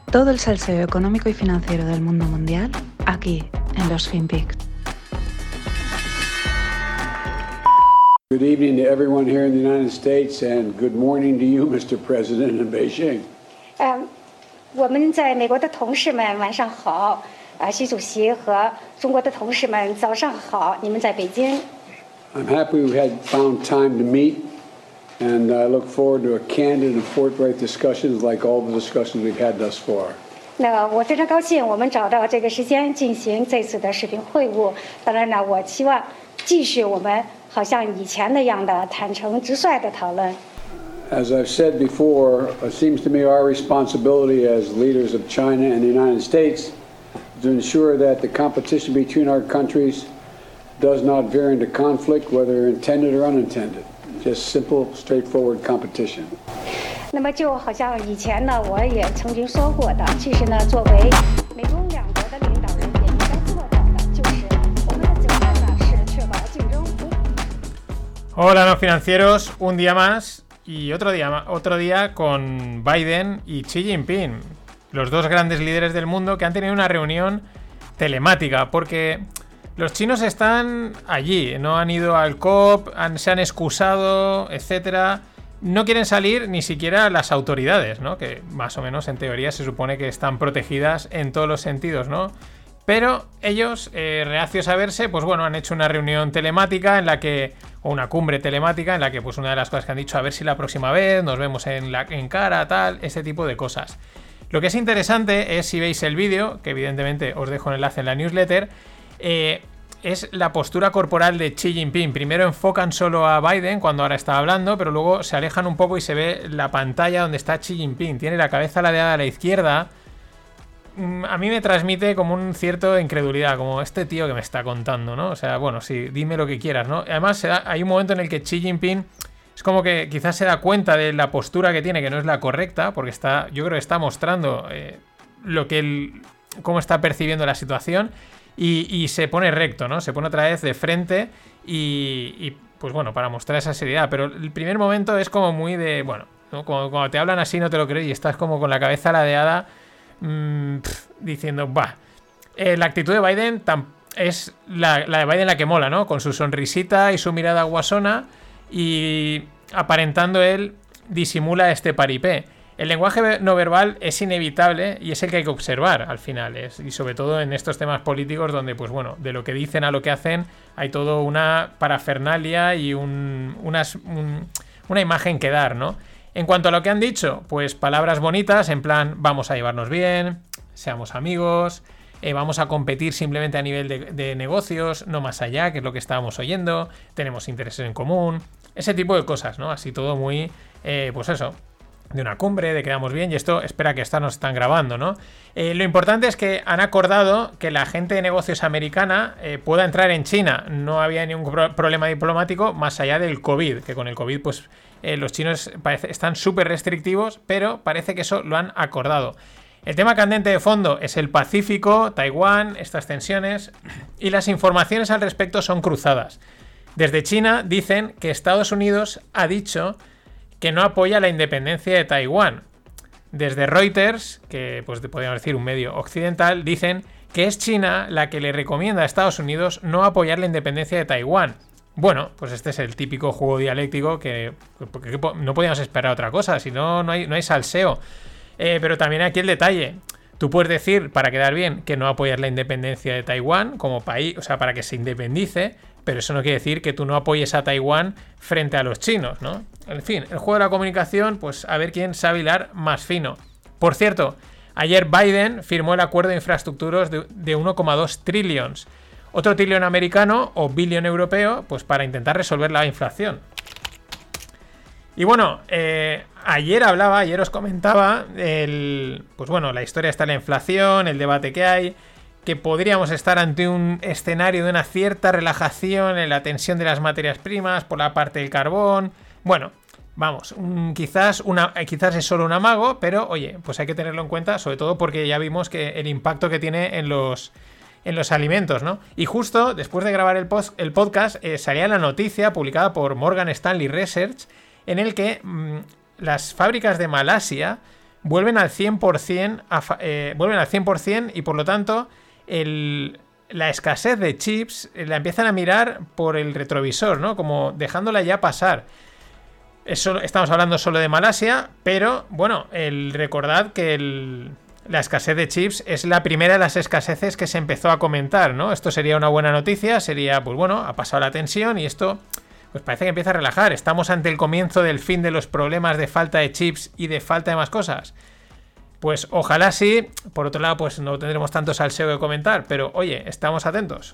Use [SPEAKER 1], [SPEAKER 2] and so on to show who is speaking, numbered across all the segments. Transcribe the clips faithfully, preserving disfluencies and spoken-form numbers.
[SPEAKER 1] Todo el salseo económico y financiero del mundo mundial, aquí, en los FinPix.
[SPEAKER 2] Good evening to everyone here in the United States, and good morning to you, Mister President, in Beijing.
[SPEAKER 3] 嗯，我们在美国的同事们晚上好，啊，习主席和中国的同事们早上好，你们在北京。
[SPEAKER 2] I'm happy we had found time to meet, and I look forward to a candid and forthright discussions like all the discussions we've had thus far.
[SPEAKER 3] 那我非常高兴，我们找到这个时间进行这次的视频会晤。当然呢，我期望继续我们好像以前那样的坦诚直率的讨论。
[SPEAKER 2] As I've said before, it seems to me our responsibility as leaders of China and the United States is to ensure that the competition between our countries does not veer into conflict, whether intended or unintended. Just simple, straightforward competition.
[SPEAKER 3] 那么就好像以前呢，我也曾经说过的，其实呢，作为美中两国的领导人，也应该做到的，就是我们的责任呢是确保竞争不。
[SPEAKER 4] Hola, no financieros, un día más y otro día, otro día con Biden y Xi Jinping, los dos grandes líderes del mundo que han tenido una reunión telemática, porque los chinos están allí, no han ido al C O P, han, se han excusado, etcétera. No quieren salir ni siquiera las autoridades, ¿no? Que más o menos en teoría se supone que están protegidas en todos los sentidos, ¿no? Pero ellos, eh, reacios a verse, pues bueno, han hecho una reunión telemática en la que, o una cumbre telemática en la que, pues una de las cosas que han dicho, a ver si la próxima vez nos vemos en, la, en cara, tal, este tipo de cosas. Lo que es interesante es, si veis el vídeo, que evidentemente os dejo un enlace en la newsletter, eh... es la postura corporal de Xi Jinping. Primero enfocan solo a Biden cuando ahora está hablando, pero luego se alejan un poco y se ve la pantalla donde está Xi Jinping. Tiene la cabeza ladeada a la izquierda. A mí me transmite como un cierto incredulidad, como este tío que me está contando, ¿no? O sea, bueno, sí, dime lo que quieras, ¿no? Además, se da, hay un momento en el que Xi Jinping es como que quizás se da cuenta de la postura que tiene, que no es la correcta, porque está, yo creo que está mostrando eh, lo que él, cómo está percibiendo la situación. Y, y se pone recto, ¿no? Se pone otra vez de frente y, y, pues bueno, para mostrar esa seriedad. Pero el primer momento es como muy de, bueno, ¿no? Como cuando te hablan así no te lo crees y estás como con la cabeza ladeada mmm, pff, diciendo, bah. Eh, la actitud de Biden tam, es la, la de Biden la que mola, ¿no? Con su sonrisita y su mirada guasona y aparentando él disimula este paripé. El lenguaje no verbal es inevitable y es el que hay que observar al final, es, y sobre todo en estos temas políticos donde, pues bueno, de lo que dicen a lo que hacen hay todo una parafernalia y un, unas, un, una imagen que dar, ¿no? En cuanto a lo que han dicho, pues palabras bonitas en plan vamos a llevarnos bien, seamos amigos, eh, vamos a competir simplemente a nivel de, de negocios, no más allá, que es lo que estábamos oyendo, tenemos intereses en común, ese tipo de cosas, ¿no? Así todo muy, eh, pues eso, de una cumbre, de quedamos bien, y esto, espera que esta nos están grabando, ¿no? Eh, lo importante es que han acordado que la gente de negocios americana eh, pueda entrar en China. No había ningún pro- problema diplomático más allá del COVID, que con el COVID, pues eh, los chinos parece, están súper restrictivos, pero parece que eso lo han acordado. El tema candente de fondo es el Pacífico, Taiwán, estas tensiones, y las informaciones al respecto son cruzadas. Desde China dicen que Estados Unidos ha dicho que no apoya la independencia de Taiwán. Desde Reuters, que pues podríamos decir un medio occidental, dicen que es China la que le recomienda a Estados Unidos no apoyar la independencia de Taiwán. Bueno, pues este es el típico juego dialéctico que, que, que no podíamos esperar otra cosa, si no, no hay, no hay salseo. Eh, pero también aquí el detalle. Tú puedes decir, para quedar bien, que no apoyas la independencia de Taiwán como país, o sea, para que se independice, pero eso no quiere decir que tú no apoyes a Taiwán frente a los chinos, ¿no? En fin, el juego de la comunicación, pues a ver quién sabe hilar más fino. Por cierto, ayer Biden firmó el acuerdo de infraestructuras de, de uno coma dos trillones. Otro trillón americano o billón europeo, pues para intentar resolver la inflación. Y bueno, eh, ayer hablaba, ayer os comentaba, el, pues bueno, la historia está en la inflación, el debate que hay, que podríamos estar ante un escenario de una cierta relajación en la tensión de las materias primas por la parte del carbón. Bueno, vamos, un, quizás, una, quizás es solo un amago, pero oye, pues hay que tenerlo en cuenta, sobre todo porque ya vimos que el impacto que tiene en los, en los alimentos, ¿no? Y justo después de grabar el, post, el podcast eh, salía la noticia publicada por Morgan Stanley Research en el que mmm, las fábricas de Malasia vuelven al cien por ciento, a, eh, vuelven al cien por ciento y por lo tanto el, la escasez de chips la empiezan a mirar por el retrovisor, ¿no? Como dejándola ya pasar. Eso, estamos hablando solo de Malasia, pero bueno, el, recordad que el, la escasez de chips es la primera de las escaseces que se empezó a comentar, ¿no? Esto sería una buena noticia, sería, pues bueno, ha pasado la tensión y esto pues parece que empieza a relajar. Estamos ante el comienzo del fin de los problemas de falta de chips y de falta de más cosas. Pues ojalá sí. Por otro lado, pues no tendremos tanto salseo que comentar, pero oye, estamos atentos.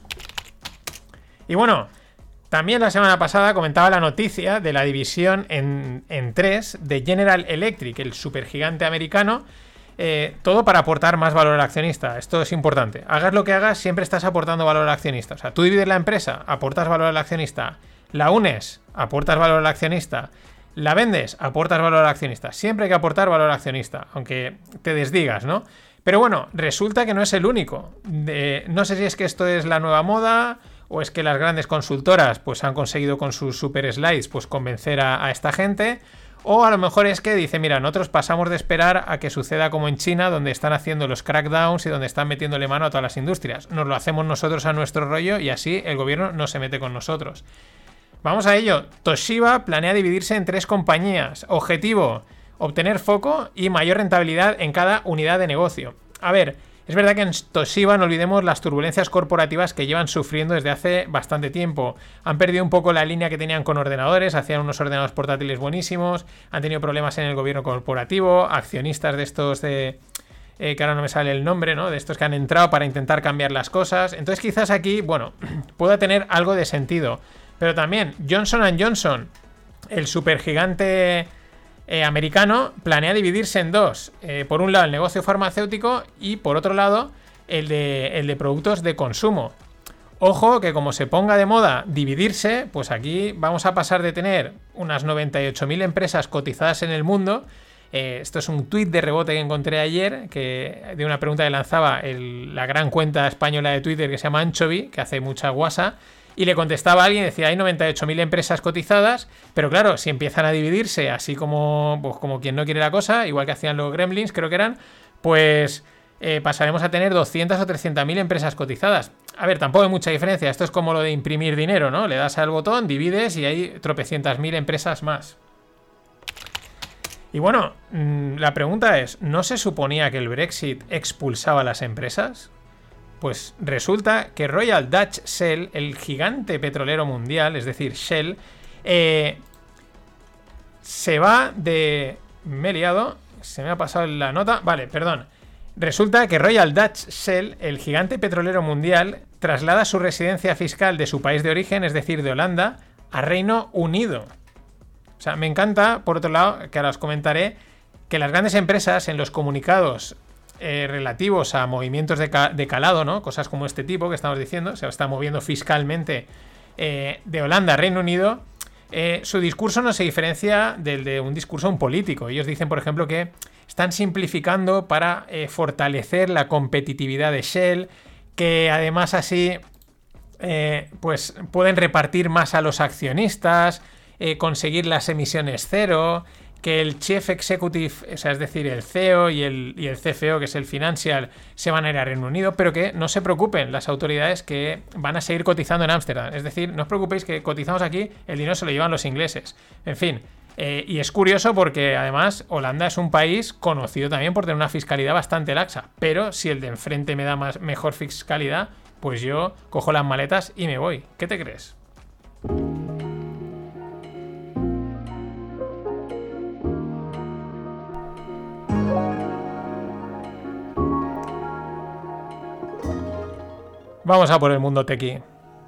[SPEAKER 4] Y bueno, también la semana pasada comentaba la noticia de la división en, en tres de General Electric, el supergigante americano. Eh, todo para aportar más valor al accionista. Esto es importante. Hagas lo que hagas, siempre estás aportando valor al accionista. O sea, tú divides la empresa, aportas valor al accionista. La unes, aportas valor al accionista. La vendes, aportas valor al accionista. Siempre hay que aportar valor al accionista, aunque te desdigas, ¿no? Pero bueno, resulta que no es el único. De, no sé si es que esto es la nueva moda o es que las grandes consultoras pues han conseguido con sus super slides pues convencer a, a esta gente. O a lo mejor es que dice, mira, nosotros pasamos de esperar a que suceda como en China, donde están haciendo los crackdowns y donde están metiéndole mano a todas las industrias. Nos lo hacemos nosotros a nuestro rollo y así el gobierno no se mete con nosotros. Vamos a ello. Toshiba planea dividirse en tres compañías. Objetivo, obtener foco y mayor rentabilidad en cada unidad de negocio. A ver, es verdad que en Toshiba no olvidemos las turbulencias corporativas que llevan sufriendo desde hace bastante tiempo. Han perdido un poco la línea que tenían con ordenadores, hacían unos ordenadores portátiles buenísimos, han tenido problemas en el gobierno corporativo, accionistas de estos de... Eh, que ahora no me sale el nombre, ¿no? De estos que han entrado para intentar cambiar las cosas. Entonces quizás aquí, bueno, pueda tener algo de sentido. Pero también Johnson and Johnson, el supergigante eh, americano, planea dividirse en dos. Eh, por un lado el negocio farmacéutico y por otro lado el de, el de productos de consumo. Ojo que como se ponga de moda dividirse, pues aquí vamos a pasar de tener unas noventa y ocho mil empresas cotizadas en el mundo. Eh, esto es un tuit de rebote que encontré ayer, que de una pregunta que lanzaba el, la gran cuenta española de Twitter que se llama Anchovy, que hace mucha guasa. Y le contestaba a alguien y decía, hay noventa y ocho mil empresas cotizadas, pero claro, si empiezan a dividirse así como, pues, como quien no quiere la cosa, igual que hacían los Gremlins, creo que eran, pues eh, pasaremos a tener doscientas o trescientas mil empresas cotizadas. A ver, tampoco hay mucha diferencia, esto es como lo de imprimir dinero, ¿no? Le das al botón, divides y hay tropecientas mil empresas más. Y bueno, mmm, la pregunta es, ¿no se suponía que el Brexit expulsaba a las empresas? Pues resulta que Royal Dutch Shell, el gigante petrolero mundial, es decir, Shell, eh, se va de... Me he liado, se me ha pasado la nota. Vale, perdón. Resulta que Royal Dutch Shell, el gigante petrolero mundial, traslada su residencia fiscal de su país de origen, es decir, de Holanda, a Reino Unido. O sea, me encanta, por otro lado, que ahora os comentaré, que las grandes empresas en los comunicados Eh, relativos a movimientos de, ca de calado, ¿no? Cosas como este tipo que estamos diciendo, se está moviendo fiscalmente eh, de Holanda a Reino Unido, eh, su discurso no se diferencia del de un discurso un político. Ellos dicen, por ejemplo, que están simplificando para eh, fortalecer la competitividad de Shell, que además así eh, pues pueden repartir más a los accionistas, eh, conseguir las emisiones cero, que el Chief Executive, o sea, es decir, el C E O y el, y el C F O, que es el Financial, se van a ir a Reino Unido, pero que no se preocupen las autoridades que van a seguir cotizando en Ámsterdam. Es decir, no os preocupéis que cotizamos aquí, el dinero se lo llevan los ingleses. En fin, eh, y es curioso porque además Holanda es un país conocido también por tener una fiscalidad bastante laxa, pero si el de enfrente me da más, mejor fiscalidad, pues yo cojo las maletas y me voy. ¿Qué te crees? Vamos a por el mundo tequi.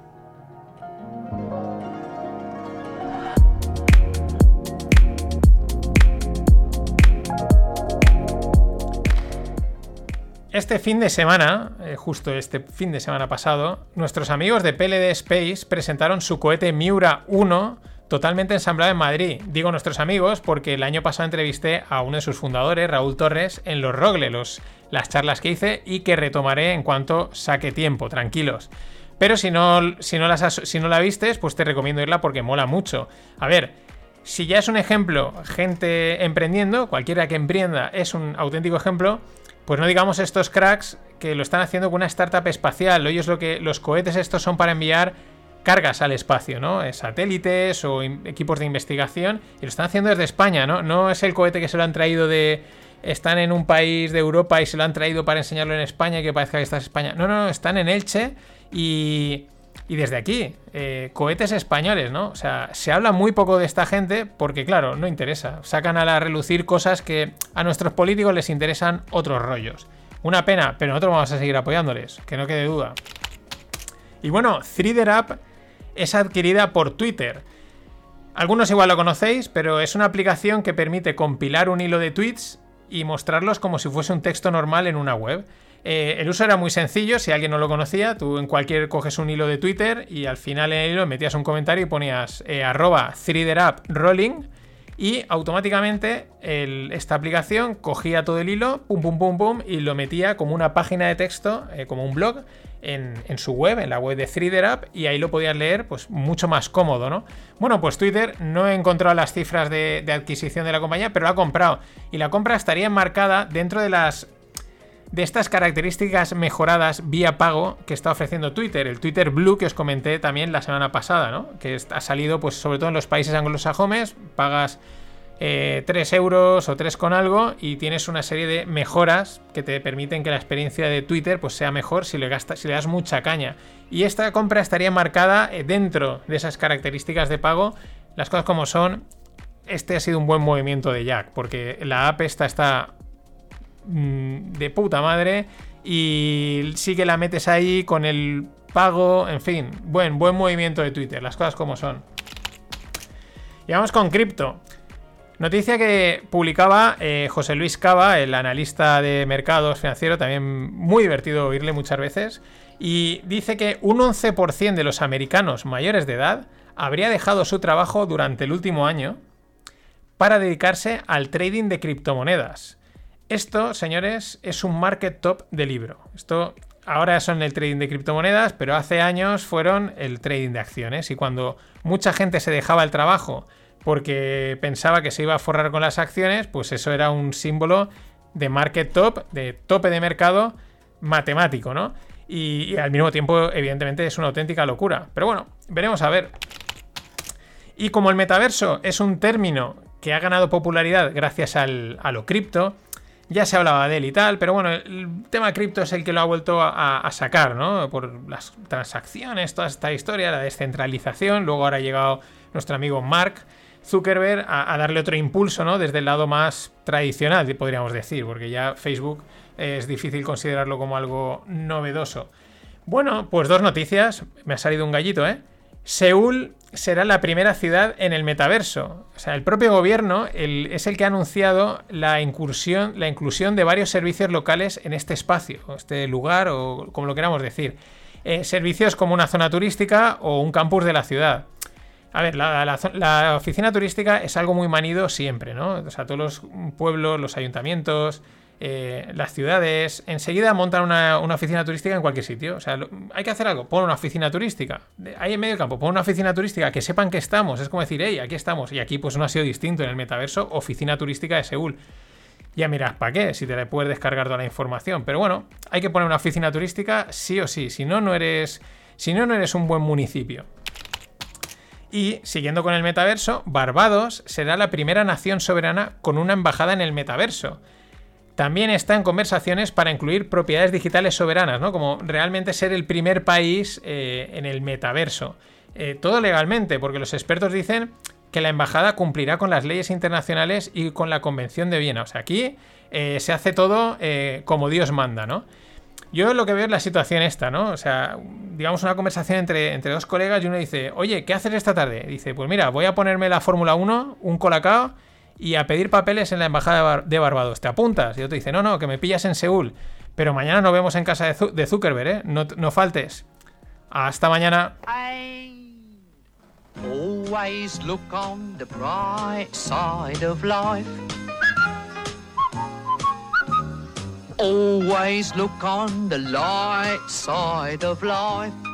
[SPEAKER 4] Este fin de semana, eh, justo este fin de semana pasado, nuestros amigos de P L D Space presentaron su cohete Miura uno totalmente ensamblado en Madrid. Digo nuestros amigos porque el año pasado entrevisté a uno de sus fundadores, Raúl Torres, en los Rogle, los, las charlas que hice y que retomaré en cuanto saque tiempo, tranquilos. Pero si no, si no, las has, si no la vistes, pues te recomiendo irla porque mola mucho. A ver, Si ya es un ejemplo, gente emprendiendo, cualquiera que emprenda es un auténtico ejemplo, pues no digamos estos cracks que lo están haciendo con una startup espacial. Ellos lo que los cohetes estos son para enviar cargas al espacio, ¿no? Satélites o equipos de investigación, y lo están haciendo desde España, ¿no? No es el cohete que se lo han traído de... Están en un país de Europa y se lo han traído para enseñarlo en España y que parezca que estás en España. No, no, no, están en Elche y... Y desde aquí, eh, cohetes españoles, ¿no? O sea, se habla muy poco de esta gente porque, claro, no interesa. Sacan a la relucir cosas que a nuestros políticos les interesan otros rollos. Una pena, pero nosotros vamos a seguir apoyándoles, que no quede duda. Y bueno, ThreadUp es adquirida por Twitter. Algunos igual lo conocéis, pero es una aplicación que permite compilar un hilo de tweets y mostrarlos como si fuese un texto normal en una web. Eh, el uso era muy sencillo, si alguien no lo conocía, tú en cualquier coges un hilo de Twitter y al final en el hilo metías un comentario y ponías eh, arroba ThreadUp rolling y automáticamente el, esta aplicación cogía todo el hilo, pum pum pum pum, y lo metía como una página de texto, eh, como un blog en, en su web, en la web de ThreadUp, y ahí lo podías leer pues mucho más cómodo, ¿no? Bueno, pues Twitter no he encontrado las cifras de, de adquisición de la compañía, pero la ha comprado, y la compra estaría enmarcada dentro de las de estas características mejoradas vía pago que está ofreciendo Twitter, el Twitter Blue que os comenté también la semana pasada, ¿no? Que ha salido pues sobre todo en los países anglosajones, pagas eh, tres euros o tres con algo y tienes una serie de mejoras que te permiten que la experiencia de Twitter pues sea mejor si le, gastas, si le das mucha caña. Y esta compra estaría marcada dentro de esas características de pago. Las cosas como son, este ha sido un buen movimiento de Jack, porque la app esta está de puta madre y sí que la metes ahí con el pago, en fin, buen, buen movimiento de Twitter, las cosas como son. Y vamos con cripto. Noticia que publicaba eh, José Luis Cava, el analista de mercados financiero, también muy divertido oírle muchas veces, y dice que un once por ciento de los americanos mayores de edad habría dejado su trabajo durante el último año para dedicarse al trading de criptomonedas. Esto, señores, es un market top de libro. Esto ahora son el trading de criptomonedas, pero hace años fueron el trading de acciones. Y cuando mucha gente se dejaba el trabajo porque pensaba que se iba a forrar con las acciones, pues eso era un símbolo de market top, de tope de mercado matemático, ¿no? Y, y al mismo tiempo, evidentemente, es una auténtica locura. Pero bueno, veremos a ver. Y como el metaverso es un término que ha ganado popularidad gracias al, a lo cripto, ya se hablaba de él y tal, pero bueno, el tema cripto es el que lo ha vuelto a, a sacar, ¿no? Por las transacciones, toda esta historia, la descentralización. Luego ahora ha llegado nuestro amigo Mark Zuckerberg a, a darle otro impulso, ¿no? Desde el lado más tradicional, podríamos decir, porque ya Facebook es difícil considerarlo como algo novedoso. Bueno, pues dos noticias. Me ha salido un gallito, ¿eh? Seúl será la primera ciudad en el metaverso. O sea, el propio gobierno el, es el que ha anunciado la incursión, la inclusión de varios servicios locales en este espacio, este lugar o como lo queramos decir. Eh, servicios como una zona turística o un campus de la ciudad. A ver, la, la, la oficina turística es algo muy manido siempre, ¿no? O sea, todos los pueblos, los ayuntamientos, eh, las ciudades, enseguida montan una, una oficina turística en cualquier sitio. O sea, lo, hay que hacer algo, pon una oficina turística. Ahí en medio del campo, pon una oficina turística, que sepan que estamos. Es como decir, hey, aquí estamos. Y aquí pues no ha sido distinto en el metaverso, oficina turística de Seúl. Ya mirad, ¿para qué? Si te le puedes descargar toda la información. Pero bueno, hay que poner una oficina turística sí o sí. Si no, no eres, si no, no eres un buen municipio. Y, siguiendo con el metaverso, Barbados será la primera nación soberana con una embajada en el metaverso. También está en conversaciones para incluir propiedades digitales soberanas, ¿no? Como realmente ser el primer país eh, en el metaverso. Eh, todo legalmente, porque los expertos dicen que la embajada cumplirá con las leyes internacionales y con la Convención de Viena. O sea, aquí eh, se hace todo eh, como Dios manda, ¿no? Yo lo que veo es la situación esta, ¿no? O sea, digamos una conversación entre, entre dos colegas y uno dice, oye, ¿qué haces esta tarde? Dice, pues mira, voy a ponerme la Fórmula uno, un colacao y a pedir papeles en la embajada de, Bar- de Barbados. ¿Te apuntas? Y otro dice, no, no, que me pillas en Seúl. Pero mañana nos vemos en casa de, Zu- de Zuckerberg, ¿eh? No, no faltes. Hasta mañana.
[SPEAKER 5] Always look on the bright side of life. Always look on the light side of life.